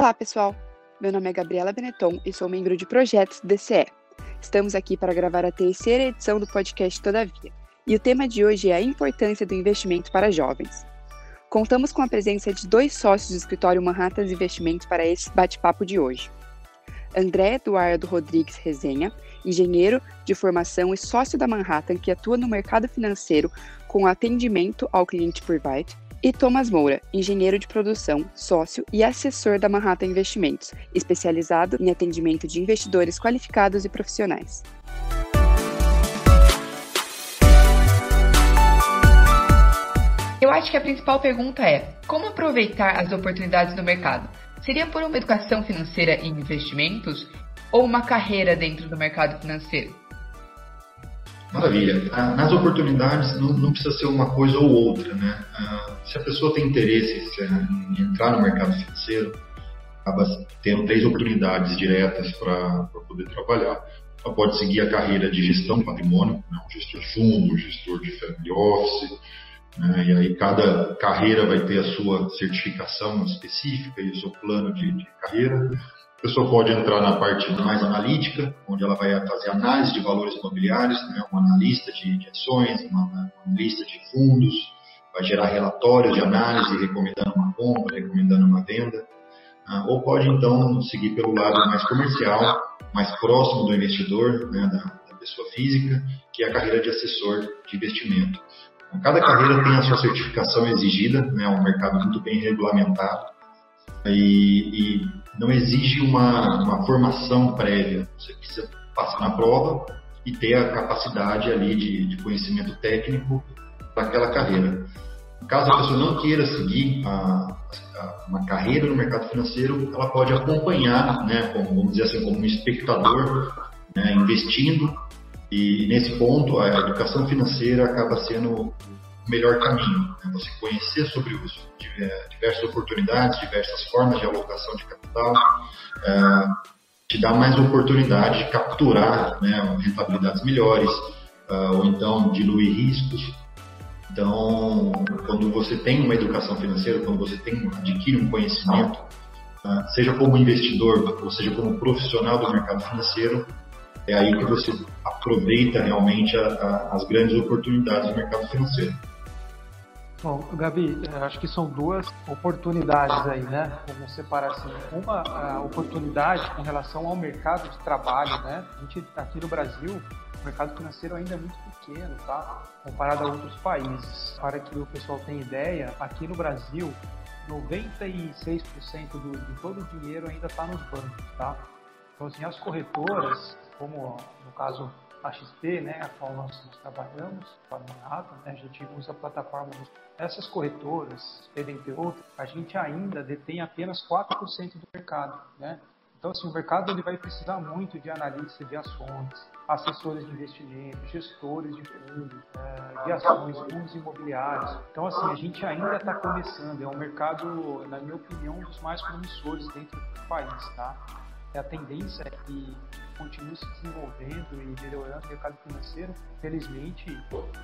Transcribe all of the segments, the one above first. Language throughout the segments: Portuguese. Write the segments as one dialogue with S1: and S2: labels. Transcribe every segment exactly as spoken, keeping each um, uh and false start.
S1: Olá, pessoal! Meu nome é Gabriela Benetton e sou membro de projetos do D C E. Estamos aqui para gravar a terceira edição do podcast Todavia, e o tema de hoje é a importância do investimento para jovens. Contamos com a presença de dois sócios do escritório Manhattan Investimentos para esse bate-papo de hoje. André Eduardo Rodrigues Resenha, engenheiro de formação e sócio da Manhattan que atua no mercado financeiro com atendimento ao cliente private, e Thomas Moura, engenheiro de produção, sócio e assessor da Manhattan Investimentos, especializado em atendimento de investidores qualificados e profissionais.
S2: Eu acho que a principal pergunta é: como aproveitar as oportunidades do mercado? Seria por uma educação financeira em investimentos ou uma carreira dentro do mercado financeiro?
S3: Maravilha. Nas oportunidades não, não precisa ser uma coisa ou outra, né? Se a pessoa tem interesse em entrar no mercado financeiro, acaba tendo três oportunidades diretas para poder trabalhar. Ela pode seguir a carreira de gestão de patrimônio, né? Um gestor de fundo, um gestor de family office, né? E aí cada carreira vai ter a sua certificação específica e o seu plano de, de carreira. A pessoa pode entrar na parte mais analítica, onde ela vai fazer análise de valores imobiliários, né? Um analista de, de ações, uma, uma analista de fundos, vai gerar relatórios de análise, recomendando uma compra, recomendando uma venda. Ah, ou pode, então, seguir pelo lado mais comercial, mais próximo do investidor, né? da, da pessoa física, que é a carreira de assessor de investimento. Então, cada carreira tem a sua certificação exigida, né? Um mercado muito bem regulamentado. E, e não exige uma, uma formação prévia, você precisa passar na prova e ter a capacidade ali de, de conhecimento técnico para aquela carreira. Caso a pessoa não queira seguir a, a, uma carreira no mercado financeiro, ela pode acompanhar, né, como, vamos dizer assim, como um espectador, né, investindo, e nesse ponto a educação financeira acaba sendo o melhor caminho, né? Você conhecer sobre os diversas oportunidades, diversas formas de alocação de capital, é, te dá mais oportunidade de capturar, né, rentabilidades melhores, é, ou então diluir riscos. Então, quando você tem uma educação financeira, quando você tem, adquire um conhecimento, é, seja como investidor, ou seja como profissional do mercado financeiro, é aí que você aproveita realmente a, a, as grandes oportunidades do mercado financeiro.
S4: Bom, Gabi, acho que são duas oportunidades aí, né? Vamos separar assim. Uma a oportunidade com relação ao mercado de trabalho, né? A gente, aqui no Brasil, o mercado financeiro ainda é muito pequeno, tá? Comparado a outros países. Para que o pessoal tenha ideia, aqui no Brasil, noventa e seis por cento do, de todo o dinheiro ainda está nos bancos, tá? Então, assim, as corretoras, como no caso a X P, né, a qual nós, nós trabalhamos, a Manhattan, né, a gente usa a plataforma. Essas corretoras, dentre outras, a gente ainda detém apenas quatro por cento do mercado, né? Então, assim, o mercado ele vai precisar muito de analista de ações, assessores de investimento, gestores de fundos, de ações, fundos imobiliários. Então, assim, a gente ainda está começando. É um mercado, na minha opinião, um dos mais promissores dentro do país, tá? A tendência é que continue se desenvolvendo e melhorando o mercado financeiro. Felizmente,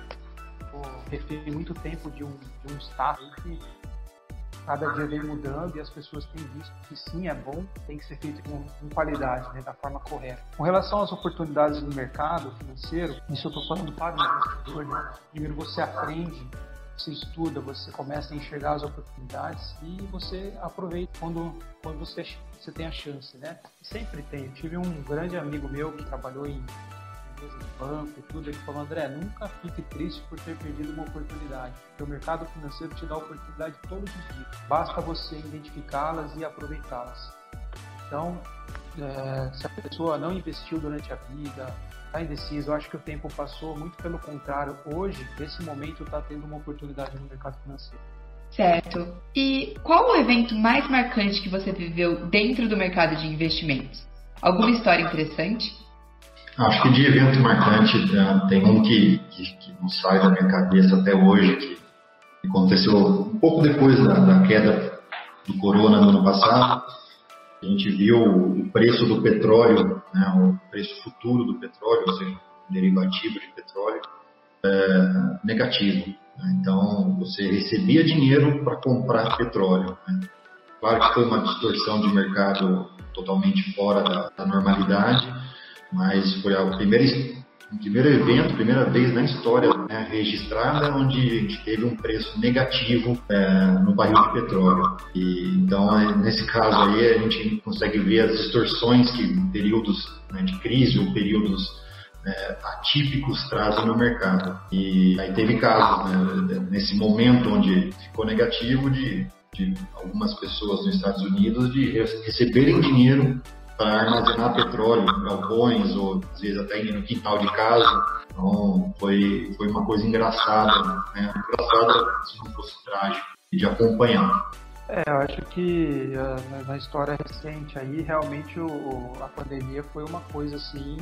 S4: refém muito tempo de um, de um staff que cada dia vem mudando e as pessoas têm visto que sim, é bom, tem que ser feito com, com qualidade, né, da forma correta. Com relação às oportunidades no mercado financeiro, isso eu estou falando para o investidor, né? Primeiro você aprende, você estuda, você começa a enxergar as oportunidades e você aproveita quando, quando você, você tem a chance, né? E sempre tem. Eu tive um grande amigo meu que trabalhou em empresa de banco e tudo, ele falou: André, nunca fique triste por ter perdido uma oportunidade, porque o mercado financeiro te dá oportunidade todos os dias. Basta você identificá-las e aproveitá-las. Então, é, se a pessoa não investiu durante a vida, está indeciso, eu acho que o tempo passou, muito pelo contrário. Hoje, nesse momento, está tendo uma oportunidade no mercado financeiro.
S2: Certo. E qual o evento mais marcante que você viveu dentro do mercado de investimentos? Alguma história interessante?
S3: Acho que de evento marcante, tem um que, que, que não sai da minha cabeça até hoje, que aconteceu um pouco depois da, da queda do corona no ano passado. A gente viu o preço do petróleo, né, o preço futuro do petróleo, ou seja, o derivativo de petróleo, é, negativo. Né? Então, você recebia dinheiro para comprar petróleo, né? Claro que foi uma distorção de mercado totalmente fora da, da normalidade, mas foi a primeira, o primeiro evento, primeira vez na história, né, registrada, onde a gente teve um preço negativo é, no barril de petróleo. E, então, nesse caso aí, a gente consegue ver as distorções que períodos, né, de crise ou períodos é, atípicos trazem no mercado. E aí teve casos, né, nesse momento onde ficou negativo, de, de algumas pessoas nos Estados Unidos de receberem dinheiro para armazenar petróleo, galpões, ou às vezes até no quintal de casa. Então foi, foi uma coisa engraçada, né? Engraçada se não fosse trágico, de acompanhar.
S4: É, eu acho que uh, na história recente aí, realmente o, a pandemia foi uma coisa assim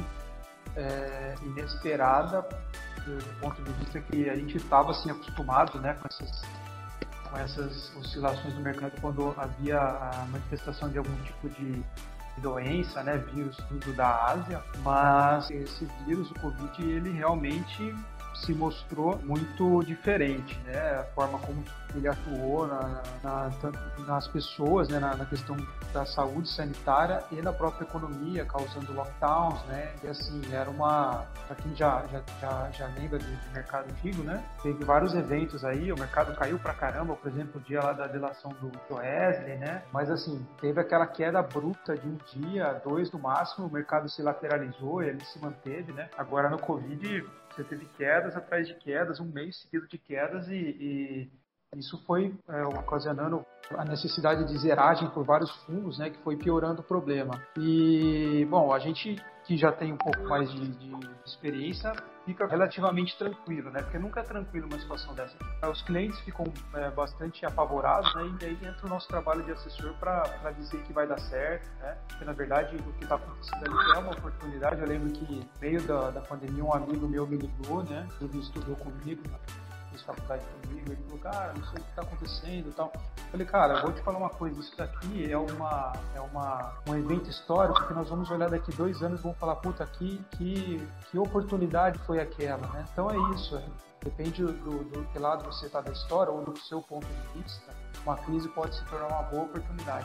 S4: é, inesperada, do ponto de vista que a gente estava assim acostumado, né, com essas, com essas oscilações do mercado quando havia a manifestação de algum tipo de doença, né, vírus vindo da Ásia, mas esse vírus, o Covid, ele realmente se mostrou muito diferente, né, a forma como ele atuou na, na, nas pessoas, né, na, na questão da saúde sanitária e na própria economia, causando lockdowns, né, e assim, era uma, para quem já, já, já, já lembra de, de mercado antigo, né, teve vários eventos aí, o mercado caiu pra caramba, por exemplo, o dia lá da delação do Joesley, né, mas assim, teve aquela queda bruta de um dia, dois no máximo, o mercado se lateralizou e ele se manteve, né, agora no Covid você teve quedas atrás de quedas, um mês seguido de quedas e, e isso foi é, ocasionando a necessidade de zeragem por vários fundos, né, que foi piorando o problema. E, bom, a gente que já tem um pouco mais de, de experiência fica relativamente tranquilo, né, porque nunca é tranquilo uma situação dessa. Os clientes ficam é, bastante apavorados, né, e aí entra o nosso trabalho de assessor para dizer que vai dar certo, né, porque na verdade o que está acontecendo ali é uma oportunidade. Eu lembro que no meio da, da pandemia um amigo meu me ligou, né, ele estudou comigo, fez faculdade comigo, ele falou, cara, não sei o que está acontecendo e tal. Eu falei, cara, eu vou te falar uma coisa, isso daqui é, uma, é uma, um evento histórico que nós vamos olhar daqui dois anos e vamos falar, puta, que, que, que oportunidade foi aquela, né? Então é isso, é, depende do, do, do que lado você está da história ou do seu ponto de vista, uma crise pode se tornar uma boa oportunidade.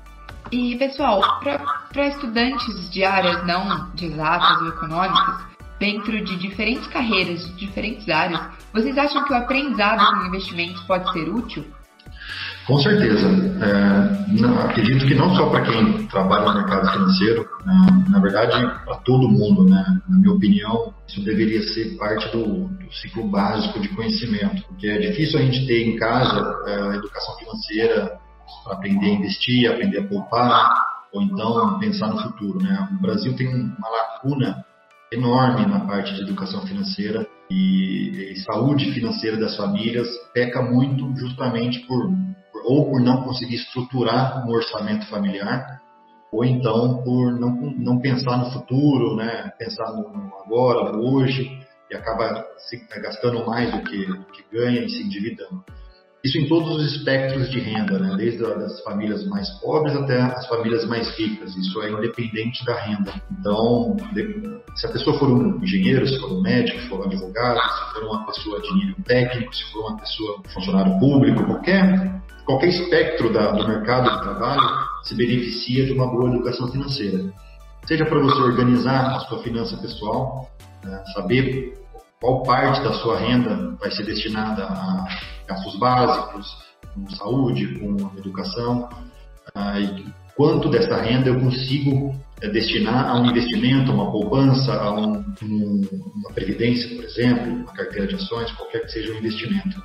S2: E, pessoal, para estudantes de áreas não de exatas ou econômicas, dentro de diferentes carreiras, de diferentes áreas, vocês acham que o aprendizado com investimentos pode ser útil?
S3: Com certeza. É, não, acredito que não só para quem trabalha no mercado financeiro, né, na verdade, para todo mundo, né? Na minha opinião, isso deveria ser parte do, do ciclo básico de conhecimento, porque é difícil a gente ter em casa é, a educação financeira para aprender a investir, aprender a poupar, ou então pensar no futuro, né? O Brasil tem uma lacuna enorme na parte de educação financeira e, e saúde financeira das famílias peca muito justamente por, por ou por não conseguir estruturar um orçamento familiar ou então por não, não pensar no futuro, né? Pensar no, no agora, no hoje, e acaba se, gastando mais do que, do que ganha e se endividando. Isso em todos os espectros de renda, né? Desde as famílias mais pobres até as famílias mais ricas. Isso é independente da renda. Então, se a pessoa for um engenheiro, se for um médico, se for um advogado, se for uma pessoa de nível técnico, se for uma pessoa funcionário público, qualquer, qualquer espectro da, do mercado de trabalho se beneficia de uma boa educação financeira. Seja para você organizar a sua finança pessoal, né? Saber qual parte da sua renda vai ser destinada a gastos básicos, com saúde, com educação, ah, e quanto dessa renda eu consigo é, destinar a um investimento, a uma poupança, a um, um, uma previdência, por exemplo, uma carteira de ações, qualquer que seja o investimento.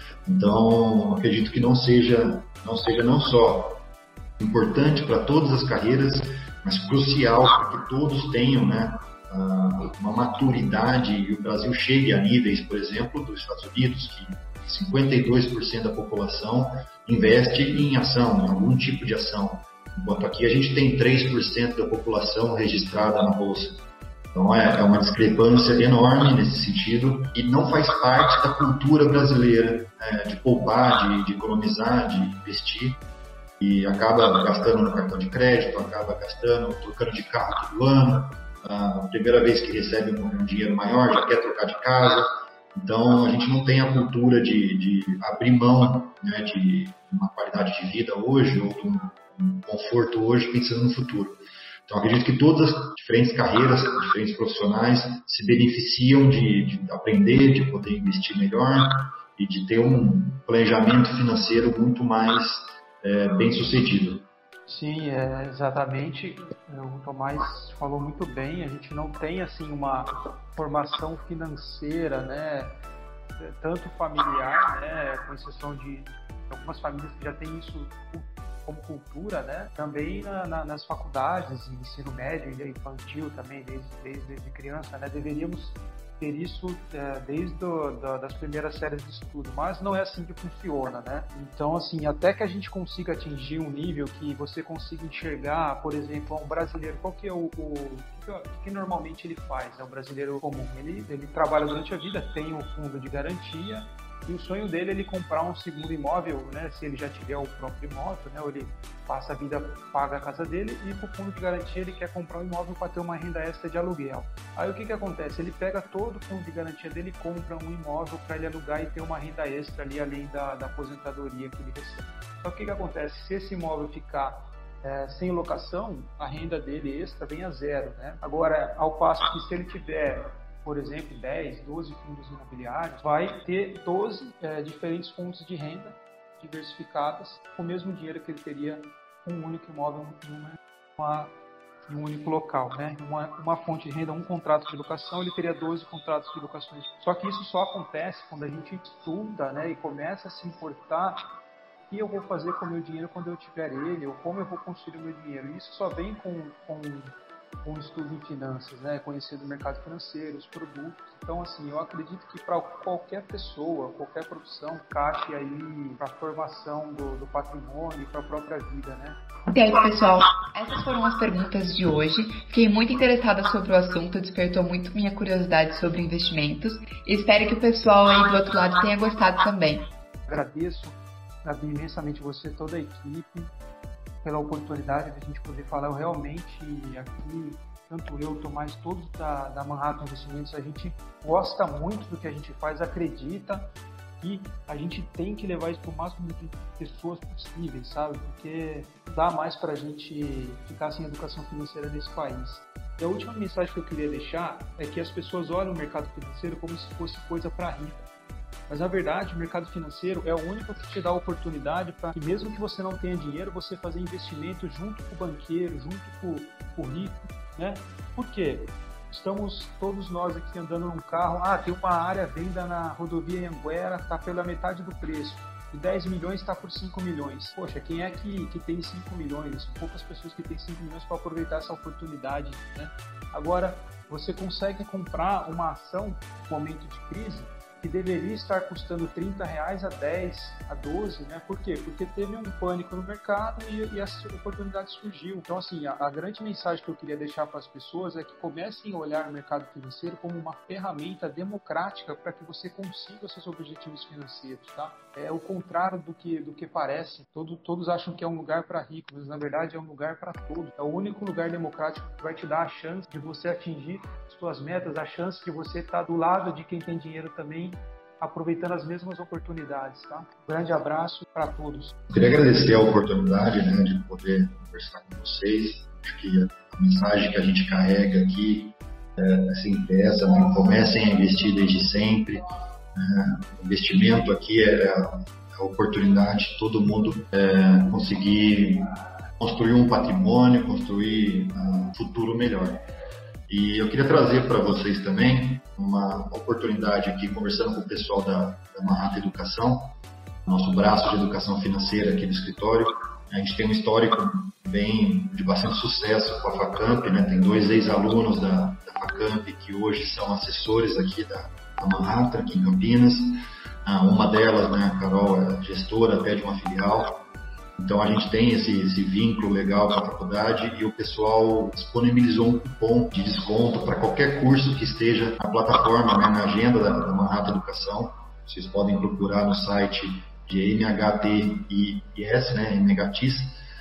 S3: Então, acredito que não seja não, seja não só importante para todas as carreiras, mas crucial para que todos tenham, né, uma maturidade e o Brasil chegue a níveis, por exemplo, dos Estados Unidos, que cinquenta e dois por cento da população investe em ação, em algum tipo de ação, enquanto aqui a gente tem três por cento da população registrada na Bolsa. Então é, é uma discrepância enorme nesse sentido e não faz parte da cultura brasileira, né, de poupar, de, de economizar, de investir, e acaba gastando no cartão de crédito, acaba gastando, trocando de carro todo ano. A primeira vez que recebe um, um dinheiro maior já quer trocar de casa. Então, a gente não tem a cultura de, de abrir mão, né, de uma qualidade de vida hoje ou de um, um conforto hoje pensando no futuro. Então, acredito que todas as diferentes carreiras, diferentes profissionais se beneficiam de, de aprender, de poder investir melhor e de ter um planejamento financeiro muito mais é, bem sucedido.
S4: Sim, é, exatamente. O Tomás falou muito bem. A gente não tem assim uma formação financeira, né, tanto familiar, né, com exceção de algumas famílias que já têm isso como cultura, né? Também na, na, nas faculdades, ensino médio e infantil também, desde, desde, desde criança, né? Deveríamos ter isso é, desde do, da, das primeiras séries de estudo, mas não é assim que funciona, né? Então, assim, até que a gente consiga atingir um nível que você consiga enxergar, por exemplo, um brasileiro, qual que é o, o que, que normalmente ele faz, né? O brasileiro comum, ele, ele trabalha durante a vida, tem um fundo de garantia, e o sonho dele é ele comprar um segundo imóvel, né? Se ele já tiver o próprio imóvel, né? Ou ele passa a vida, paga a casa dele e com o fundo de garantia ele quer comprar um imóvel para ter uma renda extra de aluguel. Aí o que que acontece? Ele pega todo o fundo de garantia dele e compra um imóvel para ele alugar e ter uma renda extra ali além da, da aposentadoria que ele recebe. Só que o que que acontece? Se esse imóvel ficar é, sem locação, a renda dele extra vem a zero, né? Agora, ao passo que se ele tiver, por exemplo, dez, doze fundos imobiliários, vai ter doze é, diferentes fontes de renda diversificadas com o mesmo dinheiro que ele teria um único imóvel numa, em um único local, né? Uma, uma fonte de renda, um contrato de locação, ele teria doze contratos de locações. Só que isso só acontece quando a gente estuda, né, e começa a se importar o que eu vou fazer com o meu dinheiro quando eu tiver ele, ou como eu vou construir o meu dinheiro. Isso só vem com... com com estudo em finanças, né, conhecendo o mercado financeiro, os produtos. Então, assim, eu acredito que para qualquer pessoa, qualquer profissão, caixe aí para a formação do, do patrimônio e para a própria vida, né?
S2: E aí, pessoal, essas foram as perguntas de hoje. Fiquei muito interessada sobre o assunto, despertou muito minha curiosidade sobre investimentos e espero que o pessoal aí do outro lado tenha gostado também.
S4: Agradeço, Gabi, imensamente você, toda a equipe, pela oportunidade de a gente poder falar. Eu realmente aqui, tanto eu, Tomás, todos da, da Manhattan Investimentos, a gente gosta muito do que a gente faz, acredita que a gente tem que levar isso para o máximo de pessoas possíveis, sabe? Porque dá mais para a gente ficar sem educação financeira nesse país. E a última mensagem que eu queria deixar é que as pessoas olham o mercado financeiro como se fosse coisa para rico. Mas, na verdade, o mercado financeiro é o único que te dá a oportunidade para que, mesmo que você não tenha dinheiro, você fazer investimento junto com o banqueiro, junto com, com o rico, né? Por quê? Estamos todos nós aqui andando num carro, ah, tem uma área à venda na rodovia Anhanguera, está pela metade do preço. E dez milhões está por cinco milhões. Poxa, quem é que, que tem cinco milhões? São poucas pessoas que têm cinco milhões para aproveitar essa oportunidade, né? Agora, você consegue comprar uma ação no momento de crise que deveria estar custando trinta reais a dez, a doze, né? Por quê? Porque teve um pânico no mercado e, e essa oportunidade surgiu. Então, assim, a, a grande mensagem que eu queria deixar para as pessoas é que comecem a olhar o mercado financeiro como uma ferramenta democrática para que você consiga os seus objetivos financeiros, tá? É o contrário do que, do que parece. Todo, todos acham que é um lugar para ricos, mas na verdade é um lugar para todos. É o único lugar democrático que vai te dar a chance de você atingir suas metas, a chance de você estar do lado de quem tem dinheiro também, aproveitando as mesmas oportunidades, tá? Um grande abraço para todos.
S3: Eu queria agradecer a oportunidade, né, de poder conversar com vocês. Acho que a mensagem que a gente carrega aqui é simples, né? Comecem a investir desde sempre. É, o investimento aqui é a, a oportunidade de todo mundo é, conseguir construir um patrimônio, construir um futuro melhor. E eu queria trazer para vocês também uma oportunidade aqui, conversando com o pessoal da, da Manhattan Educação, nosso braço de educação financeira aqui do escritório. A gente tem um histórico bem de bastante sucesso com a Facamp, né? Tem dois ex-alunos da, da Facamp que hoje são assessores aqui da, da Manhattan, aqui em Campinas. Ah, uma delas, né, a Carol, é gestora até de uma filial. Então a gente tem esse, esse vínculo legal com a faculdade e o pessoal disponibilizou um cupom de desconto para qualquer curso que esteja na plataforma, né, na agenda da, da Manhattan Educação. Vocês podem procurar no site de M H T I S, né, m h t i s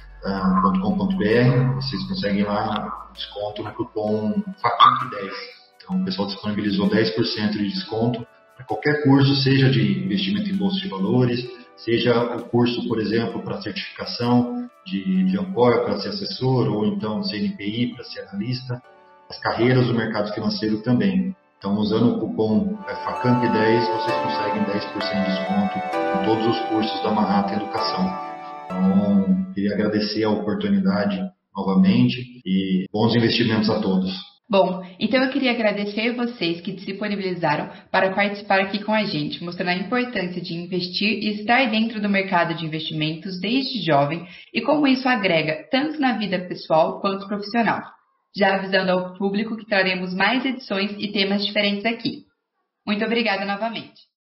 S3: ponto com ponto b r. Vocês conseguem lá desconto no cupom Facamp dez. Então o pessoal disponibilizou dez por cento de desconto qualquer curso, seja de investimento em bolsa de valores, seja o curso, por exemplo, para certificação de, de Ancora para ser assessor, ou então C N P I para ser analista, as carreiras do mercado financeiro também. Então, usando o cupom FACAMP dez, vocês conseguem dez por cento de desconto em todos os cursos da Manhattan Educação. Então, queria agradecer a oportunidade novamente e bons investimentos a todos.
S2: Bom, então eu queria agradecer a vocês que se disponibilizaram para participar aqui com a gente, mostrando a importância de investir e estar dentro do mercado de investimentos desde jovem e como isso agrega tanto na vida pessoal quanto profissional. Já avisando ao público que traremos mais edições e temas diferentes aqui. Muito obrigada novamente.